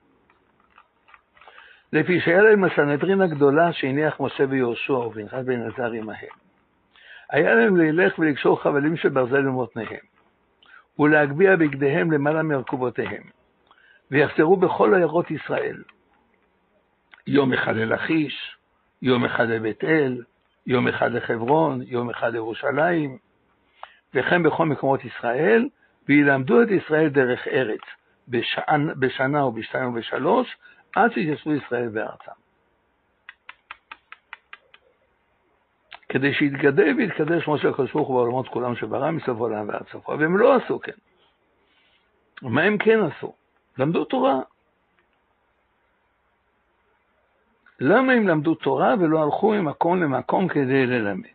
לפי שהיה להם הסנהדרין הגדולה שהניח משה ויהושע ובנחת בן עזר עמהם. היה להם ללך ולקשור חבלים של ברזל במותניהם, ולהגביה בגדיהם למעלה מרכובותיהם, ויחזרו בכל עיירות ישראל. יום אחד ללכיש, יום אחד לבית אל, יום אחד לחברון, יום אחד לירושלים, וכן בכל מקומות ישראל, וילמדו את ישראל דרך ארץ, בשנה, בשנה ובשתיים ובשלוש, עד שיתיישבו ישראל בארצם. כדי שיתגדל ויתקדש כמו שהקדוש ברוך הוא בעולמות כולם שברא מסוף העולם ועד סופו, והם לא עשו כן. ומה הם כן עשו? למדו תורה. למה הם למדו תורה ולא הלכו ממקום למקום כדי ללמד?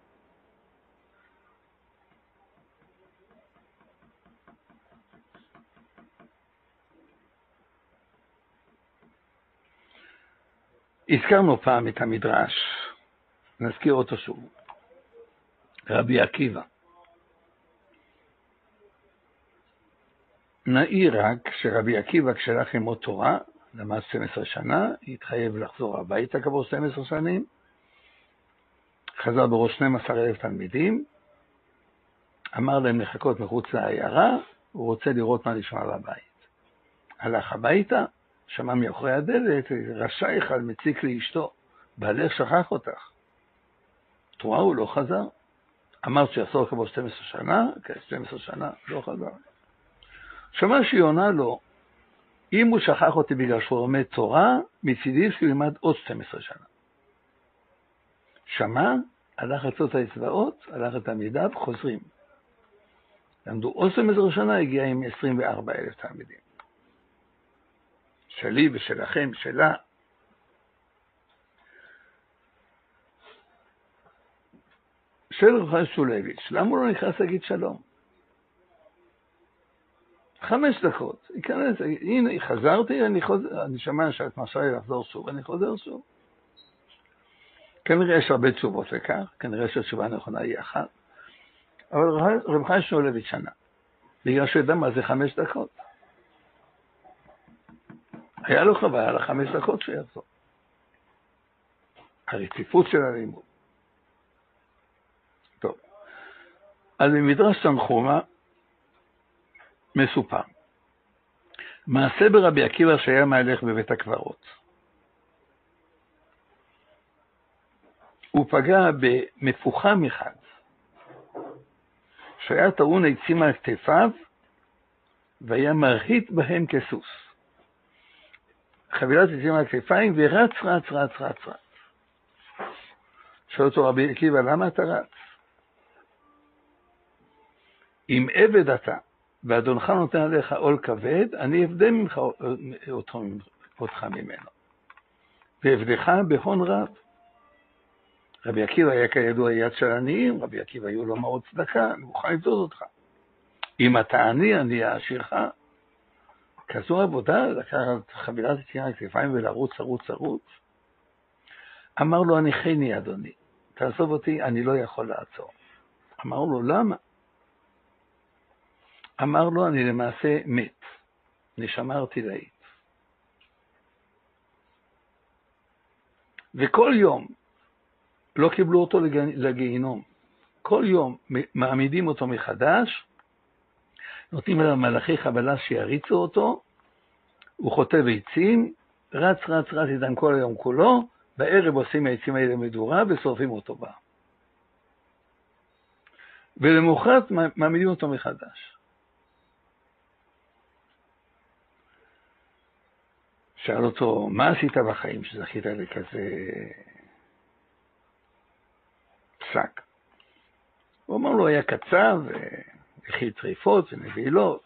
הזכרנו פעם את המדרש, נזכיר אותו שוב. רבי עקיבא. נעיר רק שרבי עקיבא כשהלך ללמוד תורה, למד שתים עשרה שנה, התחייב לחזור הביתה כעבור שתים עשרה שנים, חזר בראש שנים עשר אלף תלמידים, אמר להם לחכות מחוץ לעיירה, הוא רוצה לראות מה נשמע בבית. הלך הביתה, שמע מאחורי הדלת, רשע אחד מציק לאשתו, בעלך שכח אותך. תורה הוא לא חזר. אמרת שיחזור כעבור שתים עשרה שנה, כן, שתים עשרה שנה, לא חזר. שמע שהיא עונה לו, אם הוא שכח אותי בגלל שהוא לומד תורה, מצידי שהוא ילמד עוד שתים עשרה שנה. שמע, הלך לצאת האצבעות, הלך לתלמידיו, חוזרים. למדו עוד שתים עשרה שנה, הגיע עם עשרים וארבעה אלף תלמידים. שלי ושלכם, שלה. של רבי שולביץ', למה הוא לא נכנס להגיד שלום? חמש דקות, ייכנס, הנה, חזרתי, אני, חוזר, אני שמע שאת מרשה לי לחזור שוב, אני חוזר שוב. כנראה יש הרבה תשובות לכך, כנראה שהתשובה הנכונה היא אחת, אבל רבי חיים שולביץ' שנה, בגלל שהוא ידע מה זה חמש דקות. היה לו חבל על החמש דקות שיחזור. הרציפות של הלימוד. טוב. אז במדרש תנחומא מסופר. מעשה ברבי עקיבא שהיה מהלך בבית הקברות. הוא פגע במפוחם אחד, שהיה טעון עצים על כתפיו, והיה מרהיט בהם כסוס. חבילת עצים על כתפיים, ורץ, רץ, רץ, רץ, רץ. שואל אותו רבי עקיבא, למה אתה רץ? אם עבד אתה, ואדונך נותן עליך עול כבד, אני אבדה ממך אותך ממנו. ועבדך בהון רב. רבי עקיבא היה כידוע יד של עניים, רבי עקיבא היו לו מאוד צדקה, אני מוכן לבדוד אותך. אם אתה עני, אני אעשירך. כזו עבודה, לקחת חבילת יציאה על כתפיים ולרוץ, לרוץ, לרוץ. אמר לו, אני חני אדוני, תעזוב אותי, אני לא יכול לעצור. אמר לו, למה? אמר לו, אני למעשה מת, נשמה ערטילאית. וכל יום לא קיבלו אותו לגיהינום. כל יום מעמידים אותו מחדש, נותנים לו מלאכי חבלה שיריצו אותו, הוא חוטב עצים, רץ, רץ, רץ איתם כל היום כולו, בערב עושים העצים האלה מדורה ושורפים אותו בה. ולמוחרת מעמידים אותו מחדש. שאל אותו, מה עשית בחיים שזכית לכזה פסק? הוא אמר לו, היה קצב, הכיל טריפות ונבילות.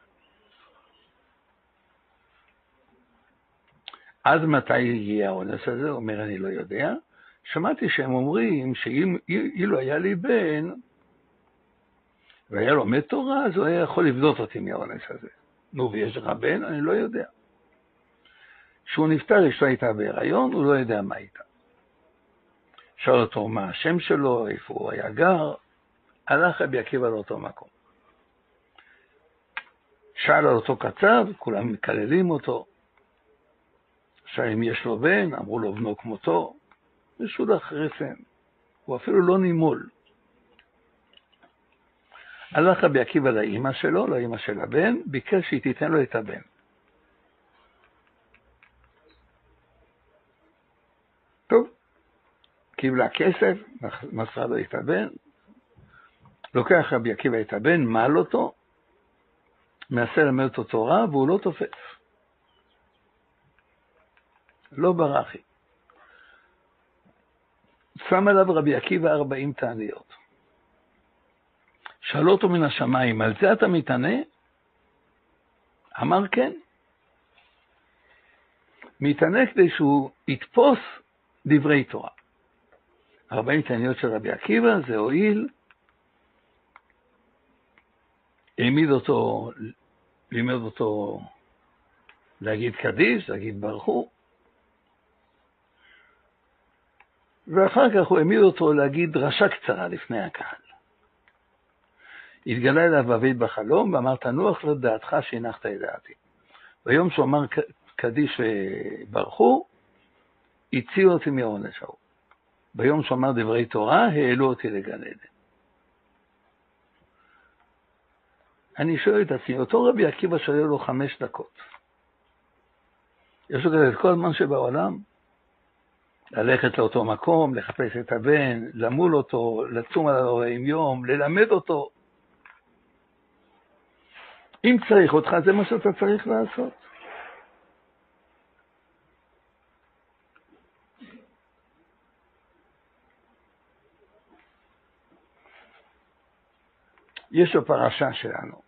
אז מתי הגיע האונס הזה? הוא אומר, אני לא יודע. שמעתי שהם אומרים שאילו היה לי בן, והיה לו לומד תורה, אז הוא היה יכול לבדות אותי מהאונס הזה. נו, ויש לך בן? אני לא יודע. כשהוא נפטר, אשתו הייתה בהיריון, הוא לא יודע מה הייתה. שאל אותו מה השם שלו, איפה הוא היה גר, הלך רבי עקיבא לאותו מקום. שאל על אותו קצב, כולם מקללים אותו. שאל אם יש לו בן, אמרו לו בנו כמותו, ושולח רסן. הוא אפילו לא נימול. הלך רבי עקיבא לאמא שלו, לאמא של הבן, ביקש שהיא תיתן לו את הבן. טוב, קיבלה כסף, מסרה לו את הבן, לוקח רבי עקיבא את הבן, מעל אותו, מנסה ללמד אותו תורה, והוא לא תופס. לא ברחי. שם עליו רבי עקיבא ארבעים תעניות. שאל אותו מן השמיים, על זה אתה מתענה? אמר כן. מתענה כדי שהוא יתפוס דברי תורה. ארבעים תעניות של רבי עקיבא, זה הועיל, העמיד אותו, לימד אותו להגיד קדיש, להגיד ברכו, ואחר כך הוא העמיד אותו להגיד דרשה קצרה לפני הקהל. התגלה אליו עביד בחלום ואמר, תנוח לדעתך שהנחת את דעתי. ביום שהוא אמר קדיש וברכו, הציעו אותי מהעונש ההוא. ביום שהוא אמר דברי תורה, העלו אותי לגן עדן. אני שואל את עצמי, אותו רבי עקיבא שואל לו חמש דקות. יש לו כזה את כל הזמן שבעולם, ללכת לאותו מקום, לחפש את הבן, למול אותו, לצום על ארבעים יום, ללמד אותו. אם צריך אותך, זה מה שאתה צריך לעשות. יש בפרשה שלנו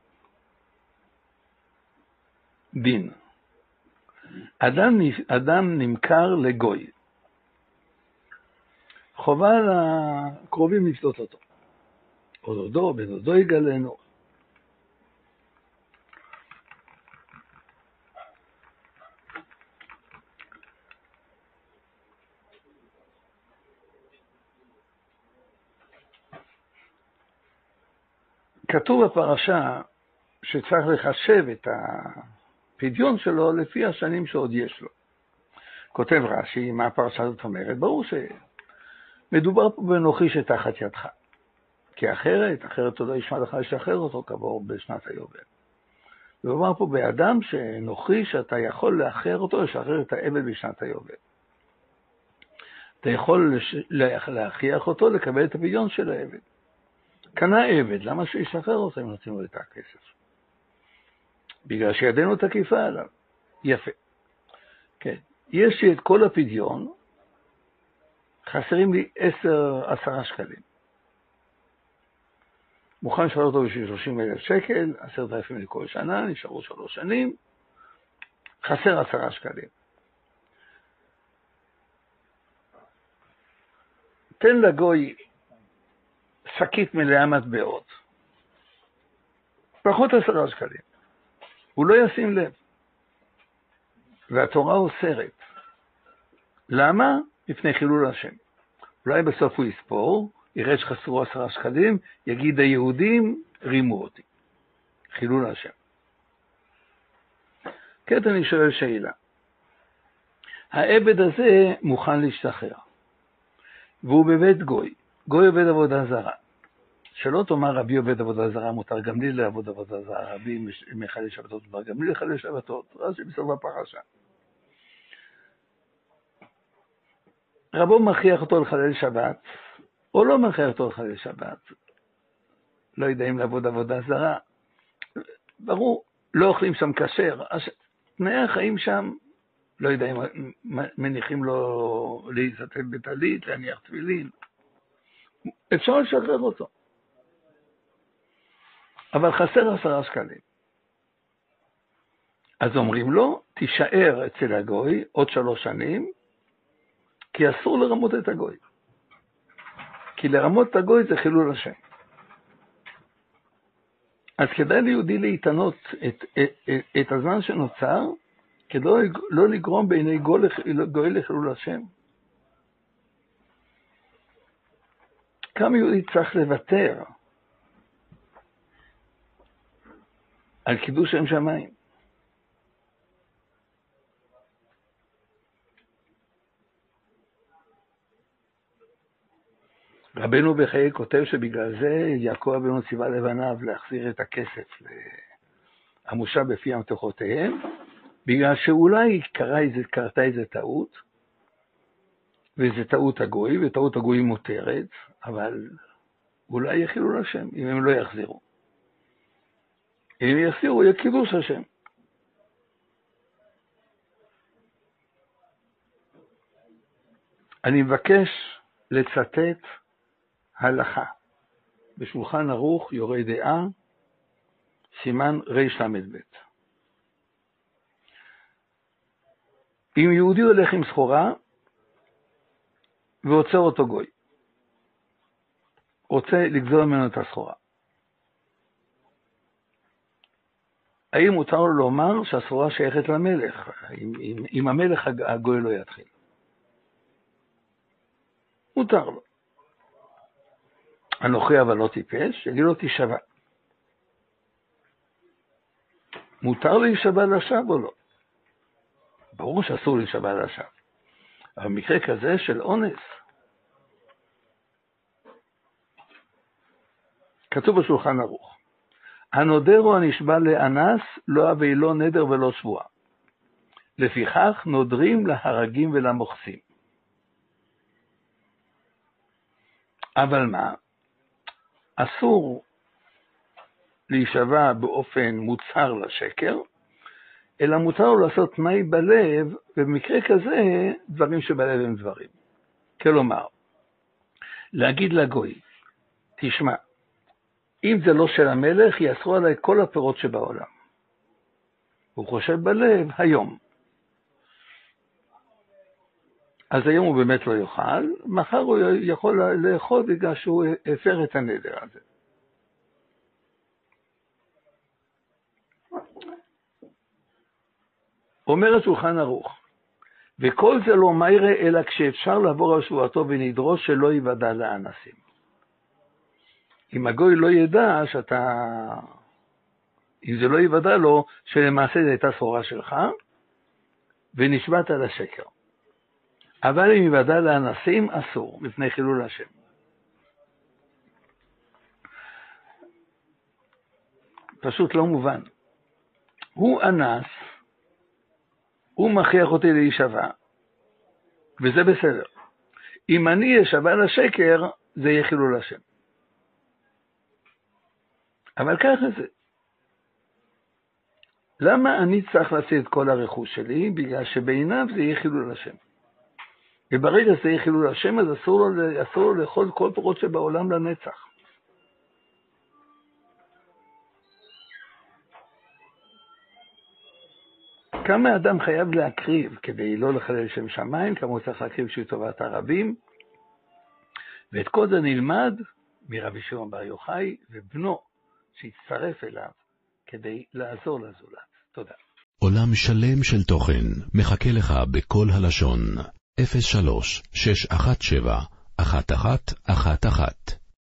דין. אדם, אדם נמכר לגוי. חובה לקרובים לפדות אותו. או דודו, בן דודו יגלנו. כתוב בפרשה שצריך לחשב את הפדיון שלו לפי השנים שעוד יש לו. כותב רש"י, מה הפרשה הזאת אומרת? ברור שמדובר פה בנוכרי שתחת ידך. כי אחרת, אחרת הוא לא ישמע לך לשחרר אותו כבור בשנת היובל. מדובר פה באדם שנוכרי שאתה יכול לאחר אותו, לשחרר את העבד בשנת היובל. אתה יכול להכריח אותו לקבל את הפדיון של העבד. קנה עבד, למה שישחרר אותו אם נותנים לו את הכסף? בגלל שידנו תקיפה עליו. יפה. כן. יש לי את כל הפדיון, חסרים לי עשר, עשרה שקלים. מוכן לשאול אותו בשביל שלושים אלף שקל, עשרת אלפים לכל שנה, נשארו שלוש שנים, חסר עשרה שקלים. תן לגוי שקית מלאה מטבעות, פחות עשרה שקלים. הוא לא ישים לב. והתורה אוסרת. למה? לפני חילול השם. אולי בסוף הוא יספור, יראה שחסרו עשרה שקלים, יגיד היהודים רימו אותי. חילול השם. כעת אני שואל שאלה. העבד הזה מוכן להשתחרר, והוא בבית גוי, גוי עובד עבודה זרה. שלא תאמר רבי עובד עבודה זרה, מותר גם לי לעבוד עבודה זרה, רבי מחלל שבתות, מותר גם לי לחלל שבתות, רש"י בסוף הפרשה. רבו מכריח אותו לחלל שבת, או לא מכריח אותו לחלל שבת. לא יודע אם לעבוד עבודה זרה. ברור, לא אוכלים שם כשר. תנאי החיים שם, לא יודע אם מניחים לו להיסתל בטלית, להניח תפילין. אפשר לשחרר אותו. אבל חסר עשרה שקלים. אז אומרים לו, תישאר אצל הגוי עוד שלוש שנים, כי אסור לרמות את הגוי. כי לרמות את הגוי זה חילול השם. אז כדאי ליהודי להתענות את, את, את, את הזמן שנוצר, כדי לא, לא לגרום בעיני גוי לחילול השם. כמה יהודי צריך לוותר על קידוש שם שמיים. רבנו בחיי כותב שבגלל זה יעקב אבינו ציווה לבניו להחזיר את הכסף המושב בפי המתחותיהם, בגלל שאולי קרה איזה, קרתה איזה טעות, וזה טעות הגוי, וטעות הגוי מותרת, אבל אולי יחילו לשם אם הם לא יחזירו. אם הם יחזירו, יהיה קידוש השם. אני מבקש לצטט הלכה בשולחן ערוך יורה דעה, סימן ריש למד ב'. אם יהודי הולך עם סחורה ועוצר אותו גוי, רוצה לגזול ממנו את הסחורה, האם מותר לו לומר שהסחורה שייכת למלך? אם, אם, אם המלך הגוי לא יתחיל, מותר לו. אנוכי אבל לא טיפש, יגיד לו תשבע. מותר להישבע לשווא או לא? ברור שאסור להישבע לשווא. אבל במקרה כזה של אונס, כתוב בשולחן ערוך, הנודר או הנשבע לאנס לא הווי לא נדר ולא שבועה. לפיכך נודרים להרגים ולמוחסים. אבל מה? אסור להישבע באופן מוצהר לשקר, אלא מותר לו לעשות תנאי בלב, ובמקרה כזה דברים שבלב הם דברים. כלומר, להגיד לגוי, תשמע, אם זה לא של המלך, יאסרו עליי כל הפירות שבעולם. הוא חושב בלב, היום. אז היום הוא באמת לא יאכל, מחר הוא יכול לאכול בגלל שהוא הפר את הנדר הזה. אומר השולחן ערוך, וכל זה לא מיירה אלא כשאפשר לעבור על שבועתו ונדרוש שלא יוודע לאנסים. אם הגוי לא ידע שאתה, אם זה לא יוודע לו שלמעשה זה הייתה סחורה שלך ונשבעת על השקר. אבל אם יוודע לאנסים אסור, מפני חילול השם. פשוט לא מובן. הוא אנס, הוא מכריח אותי להישבע, וזה בסדר. אם אני אשבע לשקר, זה יהיה חילול השם. אבל ככה זה. למה אני צריך להפסיד את כל הרכוש שלי? בגלל שבעיניו זה יהיה חילול השם. וברגע שזה יהיה חילול השם, אז אסור לו, אסור לו לאכול כל פירות שבעולם לנצח. כמה אדם חייב להקריב כדי לא לחלל שם שמיים, כמה הוא צריך להקריב שהוא טובת הרבים, ואת כל זה נלמד מרבי שמעון בר יוחאי ובנו שהצטרף אליו כדי לעזור לזולת. תודה. עולם שלם של תוכן מחכה לך בכל הלשון. אפס שלוש שש אחת שבע אחת אחת אחת אחת